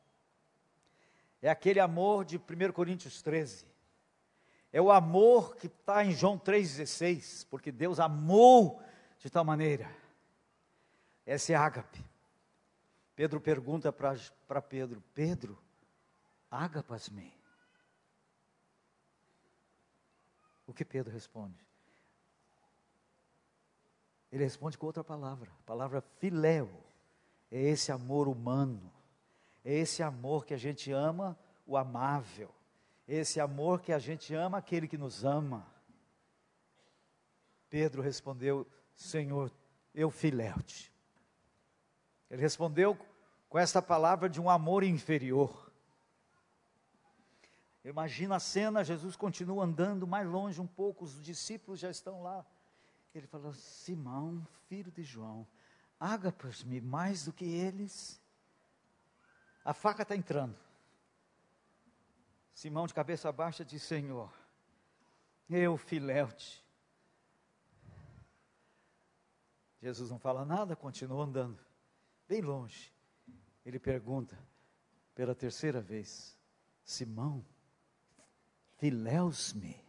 É aquele amor de 1 Coríntios 13. É o amor que está em João 3,16, porque Deus amou de tal maneira. Essa é ágape. Pedro pergunta para Pedro: Pedro, ágapas-me? O que Pedro responde? Ele responde com outra palavra, a palavra filéu. É esse amor humano, é esse amor que a gente ama o amável, é esse amor que a gente ama aquele que nos ama. Pedro respondeu: Senhor, eu filéu-te. Ele respondeu com essa palavra de um amor inferior. Imagina a cena, Jesus continua andando mais longe um pouco, os discípulos já estão lá. Ele falou: Simão, filho de João, ágapas-me mais do que eles? A faca está entrando. Simão, de cabeça baixa, diz: Senhor, eu filéu-te. Jesus não fala nada, continua andando. Bem longe, ele pergunta pela terceira vez: Simão, filéus-me?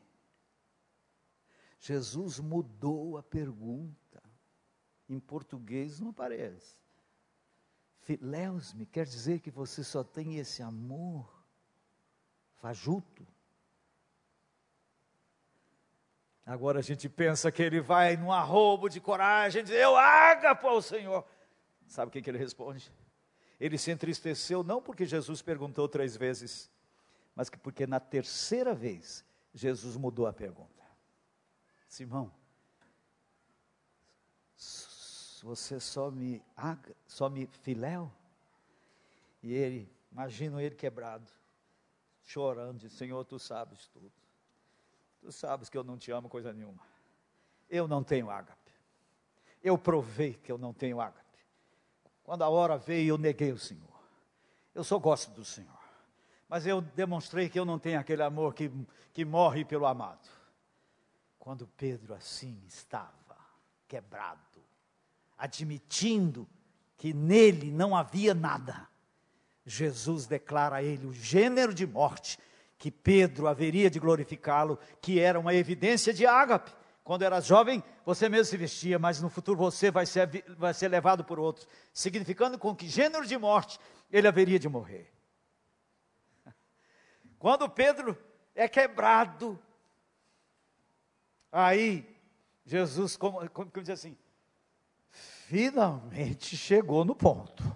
Jesus mudou a pergunta. Em português não aparece. Filéus-me quer dizer que você só tem esse amor fajuto. Agora a gente pensa que ele vai num arrobo de coragem, dizer, eu ágapo ao Senhor. Sabe o que ele responde? Ele se entristeceu não porque Jesus perguntou 3 vezes, mas porque na 3ª vez, Jesus mudou a pergunta. Simão, você só me filéu? E ele, imagino ele quebrado, chorando, diz, Senhor, tu sabes tudo. Tu sabes que eu não te amo coisa nenhuma. Eu não tenho ágape. Eu provei que eu não tenho ágape. Quando a hora veio, eu neguei o Senhor. Eu só gosto do Senhor. Mas eu demonstrei que eu não tenho aquele amor que morre pelo amado. Quando Pedro assim estava, quebrado, admitindo que nele não havia nada, Jesus declara a ele o gênero de morte que Pedro haveria de glorificá-lo, que era uma evidência de ágape. Quando era jovem, você mesmo se vestia, mas no futuro você vai ser levado por outros, significando com que gênero de morte ele haveria de morrer. Quando Pedro é quebrado, aí Jesus, como diz assim, finalmente chegou no ponto.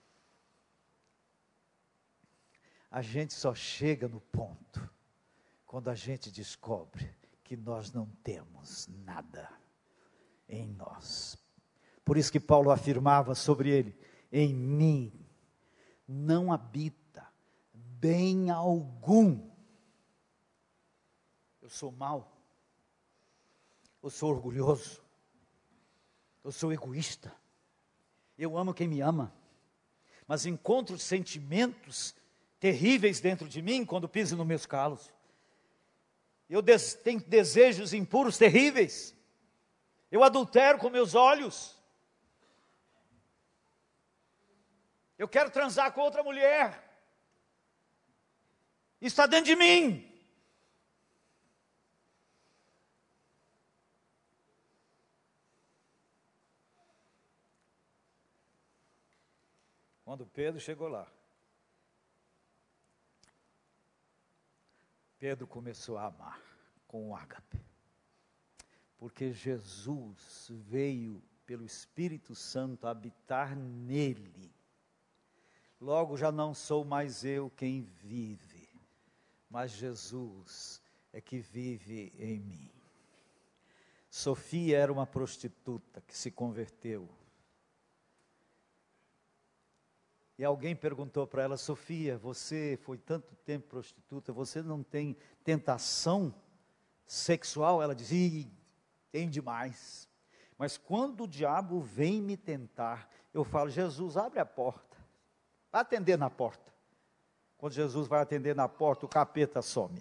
A gente só chega no ponto quando a gente descobre que nós não temos nada em nós. Por isso que Paulo afirmava sobre ele, em mim não habita bem algum. Eu sou mau, eu sou orgulhoso, eu sou egoísta, eu amo quem me ama, mas encontro sentimentos terríveis dentro de mim quando piso nos meus calos. Eu tenho desejos impuros terríveis. Eu adultero com meus olhos. Eu quero transar com outra mulher. Isso está dentro de mim. Quando Pedro chegou lá, Pedro começou a amar com o ágape, porque Jesus veio pelo Espírito Santo habitar nele. Logo já não sou mais eu quem vive, mas Jesus é que vive em mim. Sofia era uma prostituta que se converteu. E alguém perguntou para ela, Sofia, você foi tanto tempo prostituta, você não tem tentação sexual? Ela dizia, tem demais. Mas quando o diabo vem me tentar, eu falo, Jesus, abre a porta. Vai atender na porta. Quando Jesus vai atender na porta, o capeta some.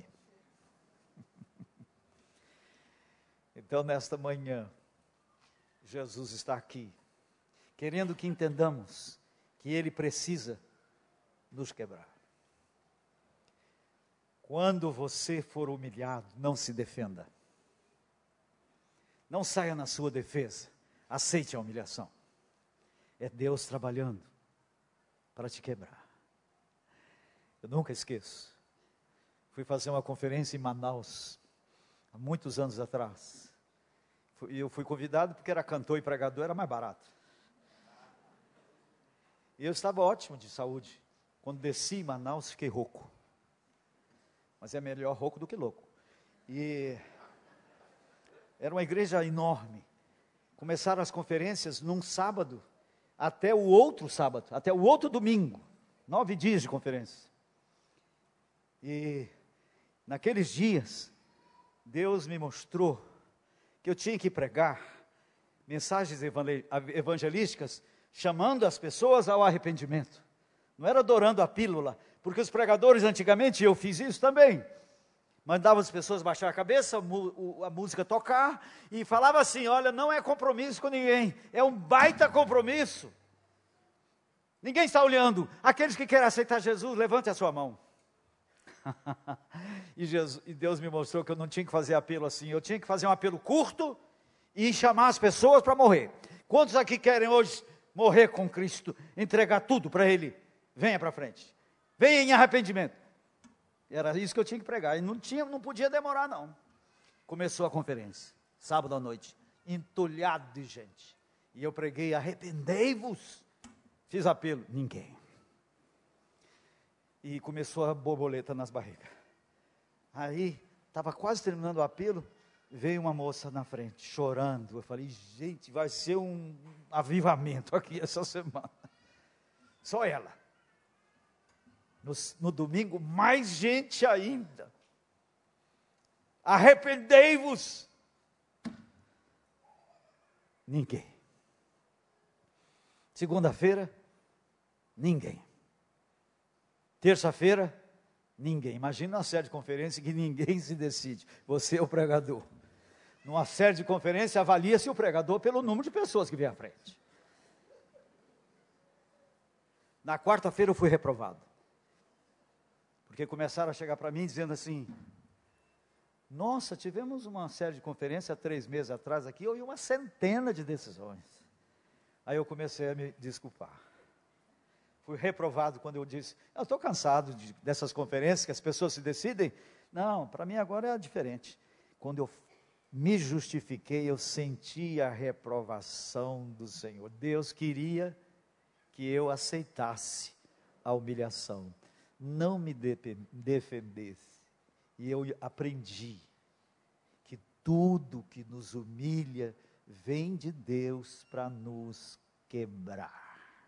Então, nesta manhã, Jesus está aqui, querendo que entendamos que Ele precisa nos quebrar. Quando você for humilhado, não se defenda. Não saia na sua defesa. Aceite a humilhação. É Deus trabalhando para te quebrar. Eu nunca esqueço. Fui fazer uma conferência em Manaus, há muitos anos atrás. E eu fui convidado porque era cantor e pregador, era mais barato. E eu estava ótimo de saúde. Quando desci em Manaus, fiquei rouco. Mas é melhor rouco do que louco. E era uma igreja enorme. Começaram as conferências num sábado, até o outro sábado, até o outro domingo. 9 dias de conferência. E naqueles dias, Deus me mostrou que eu tinha que pregar mensagens evangelísticas, chamando as pessoas ao arrependimento. Não era adorando a pílula, porque os pregadores antigamente, eu fiz isso também, mandava as pessoas baixar a cabeça, a música tocar, e falava assim, olha, não é compromisso com ninguém, é um baita compromisso. Ninguém está olhando. Aqueles que querem aceitar Jesus, levante a sua mão. E Deus me mostrou que eu não tinha que fazer apelo assim, eu tinha que fazer um apelo curto, e chamar as pessoas para morrer. Quantos aqui querem hoje morrer com Cristo, entregar tudo para Ele? Venha para frente, venha em arrependimento. Era isso que eu tinha que pregar, e não podia demorar não. Começou a conferência, sábado à noite, entulhado de gente. E eu preguei, arrependei-vos. Fiz apelo, ninguém. E começou a borboleta nas barrigas. Aí, estava quase terminando o apelo, veio uma moça na frente, chorando. Eu falei, gente, vai ser um avivamento aqui essa semana. Só ela. No domingo, mais gente ainda. Arrependei-vos. Ninguém. Segunda-feira, ninguém. Terça-feira, ninguém. Imagina uma série de conferência que ninguém se decide. Você é o pregador. Numa série de conferência, avalia-se o pregador pelo número de pessoas que vem à frente. Na quarta-feira eu fui reprovado. Porque começaram a chegar para mim dizendo assim, nossa, tivemos uma série de conferência 3 meses atrás aqui, e uma centena de decisões. Aí eu comecei a me desculpar. Fui reprovado quando eu disse, eu estou cansado dessas conferências que as pessoas se decidem. Não, para mim agora é diferente. Quando eu me justifiquei, eu senti a reprovação do Senhor. Deus queria que eu aceitasse a humilhação, não me defendesse. E eu aprendi que tudo que nos humilha vem de Deus para nos quebrar.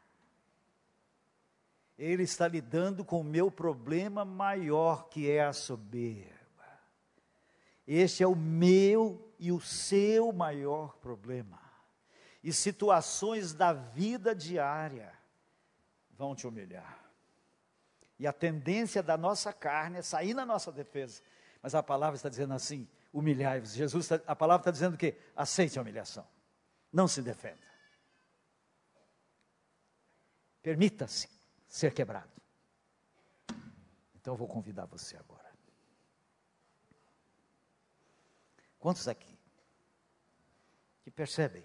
Ele está lidando com o meu problema maior, que é a soberba. Este é o meu e o seu maior problema. E situações da vida diária vão te humilhar. E a tendência da nossa carne é sair na nossa defesa. Mas a palavra está dizendo assim, humilhai-vos. A palavra está dizendo que aceite a humilhação. Não se defenda. Permita-se ser quebrado. Então eu vou convidar você agora. Quantos aqui que percebem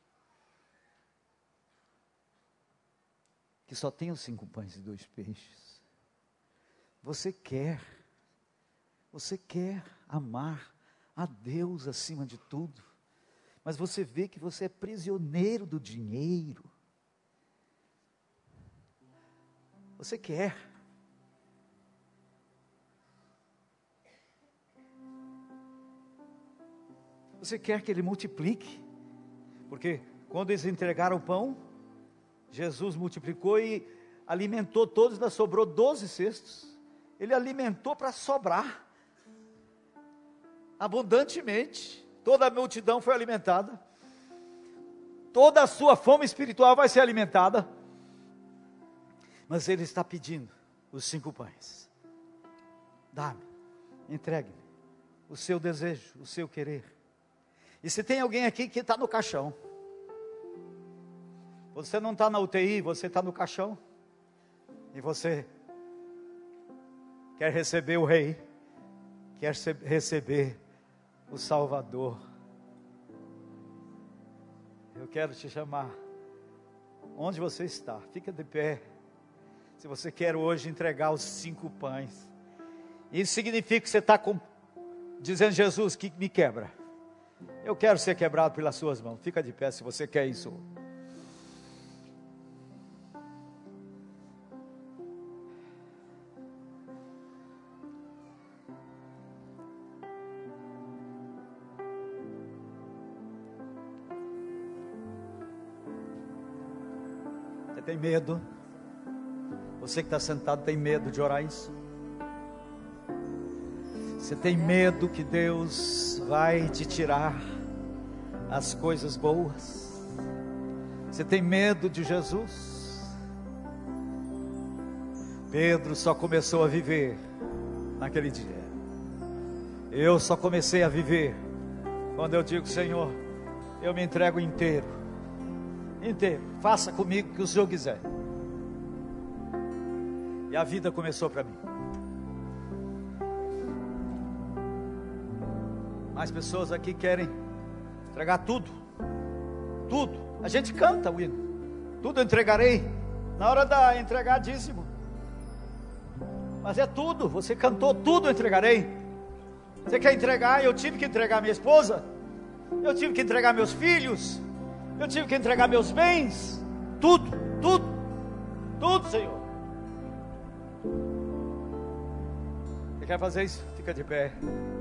que só tem os 5 pães e 2 peixes? Você quer amar a Deus acima de tudo, mas você vê que você é prisioneiro do dinheiro. Você quer. Você quer que Ele multiplique, porque quando eles entregaram o pão, Jesus multiplicou e alimentou todos, ainda sobrou 12 cestos. Ele alimentou para sobrar, abundantemente. Toda a multidão foi alimentada, toda a sua fome espiritual vai ser alimentada. Mas Ele está pedindo os 5 pães. Dá-me, entregue-me o seu desejo, o seu querer. E se tem alguém aqui que está no caixão, você não está na UTI, você está no caixão, e você quer receber o Rei, quer receber o Salvador. Eu quero te chamar. Onde você está? Fica de pé. Se você quer hoje entregar os 5 pães. Isso significa que você está dizendo, Jesus, que me quebra. Eu quero ser quebrado pelas suas mãos. Fica de pé se você quer isso. Você tem medo? Você que está sentado tem medo de orar isso? Você tem medo que Deus vai te tirar as coisas boas? Você tem medo de Jesus? Pedro só começou a viver naquele dia. Eu só comecei a viver quando eu digo, Senhor, eu me entrego inteiro. Inteiro, faça comigo o que o Senhor quiser. E a vida começou para mim. Mais pessoas aqui querem entregar tudo. Tudo. A gente canta o hino. Tudo eu entregarei. Na hora da entregar dízimo. Mas é tudo. Você cantou, tudo eu entregarei. Você quer entregar? Eu tive que entregar minha esposa, eu tive que entregar meus filhos, eu tive que entregar meus bens, tudo, Senhor. Você quer fazer isso? Fica de pé.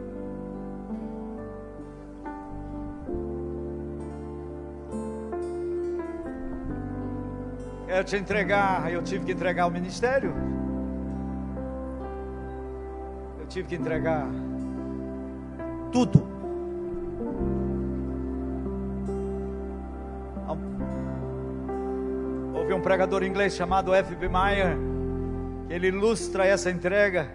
Quero te entregar. Eu tive que entregar o ministério, eu tive que entregar tudo. Houve um pregador inglês chamado F.B. Meyer, que ele ilustra essa entrega,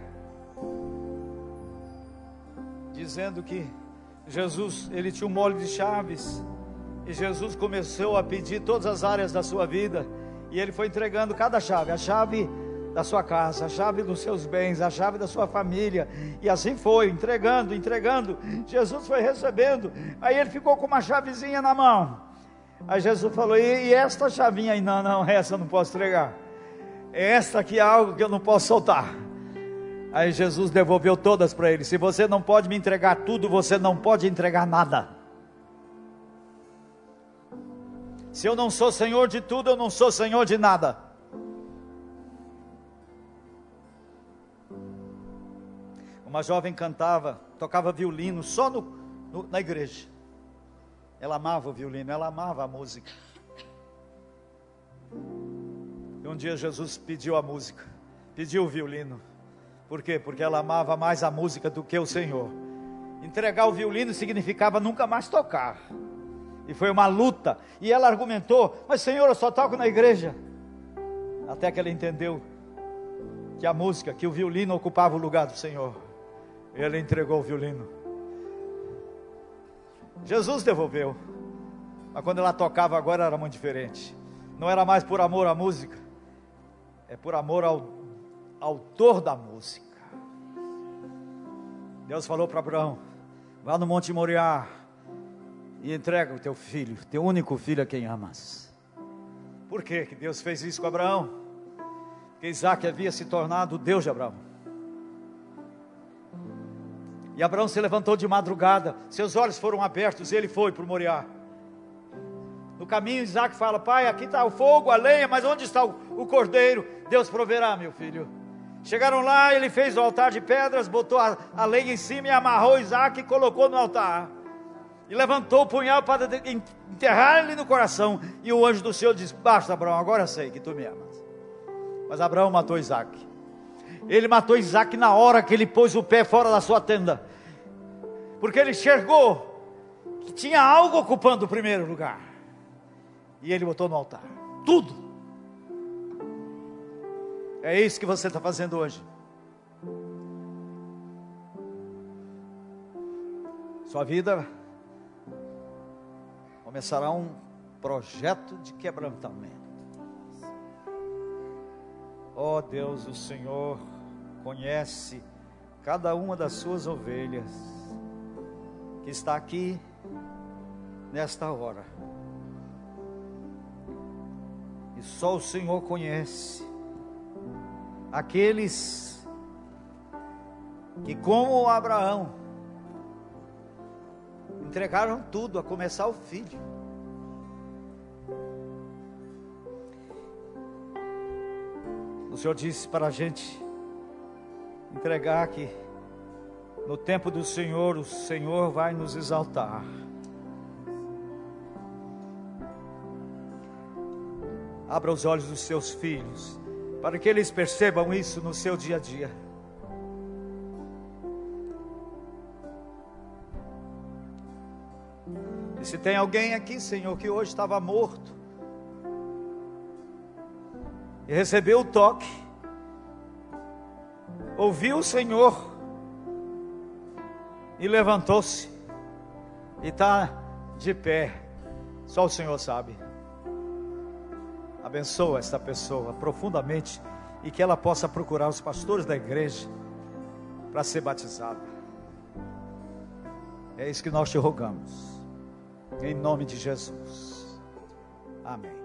dizendo que Jesus, ele tinha um molho de chaves, e Jesus começou a pedir todas as áreas da sua vida, e ele foi entregando cada chave, a chave da sua casa, a chave dos seus bens, a chave da sua família, e assim foi, entregando, Jesus foi recebendo, aí ele ficou com uma chavezinha na mão, aí Jesus falou, e esta chavinha aí? Não, essa eu não posso entregar, esta aqui é algo que eu não posso soltar. Aí Jesus devolveu todas para ele. Se você não pode me entregar tudo, você não pode entregar nada. Se eu não sou senhor de tudo, eu não sou senhor de nada. Uma jovem cantava, tocava violino só na igreja. Ela amava o violino, ela amava a música. E um dia Jesus pediu a música, pediu o violino. Por quê? Porque ela amava mais a música do que o Senhor. Entregar o violino significava nunca mais tocar. E foi uma luta. E ela argumentou, mas Senhor, eu só toco na igreja. Até que ela entendeu que a música, que o violino ocupava o lugar do Senhor. E ela entregou o violino. Jesus devolveu. Mas quando ela tocava agora era muito diferente. Não era mais por amor à música. É por amor ao autor da música. Deus falou para Abraão, vá no Monte Moriá e entrega o teu filho, teu único filho a quem amas. Por que Deus fez isso com Abraão? Porque Isaac havia se tornado o Deus de Abraão. E Abraão se levantou de madrugada, seus olhos foram abertos e ele foi para o Moriá. No caminho Isaac fala, pai, aqui está o fogo, a lenha, mas onde está o cordeiro? Deus proverá, meu filho. Chegaram lá, ele fez o altar de pedras, botou a lenha em cima e amarrou Isaac e colocou no altar. E levantou o punhal para enterrar ele no coração. E o anjo do Senhor disse, basta Abraão, agora eu sei que tu me amas. Mas Abraão matou Isaac. Ele matou Isaac na hora que ele pôs o pé fora da sua tenda. Porque ele enxergou que tinha algo ocupando o primeiro lugar. E ele botou no altar. Tudo. É isso que você está fazendo hoje. Sua vida começará um projeto de quebrantamento. Oh Deus, o Senhor conhece cada uma das suas ovelhas que está aqui nesta hora. E só o Senhor conhece aqueles que, como Abraão, entregaram tudo, a começar o filho. O Senhor disse para a gente entregar que no tempo do Senhor, o Senhor vai nos exaltar. Abra os olhos dos seus filhos, para que eles percebam isso no seu dia a dia. E se tem alguém aqui, Senhor, que hoje estava morto, e recebeu o toque, ouviu o Senhor, e levantou-se, e está de pé, só o Senhor sabe. Abençoa esta pessoa profundamente, e que ela possa procurar os pastores da igreja, para ser batizada. É isso que nós te rogamos, em nome de Jesus, amém.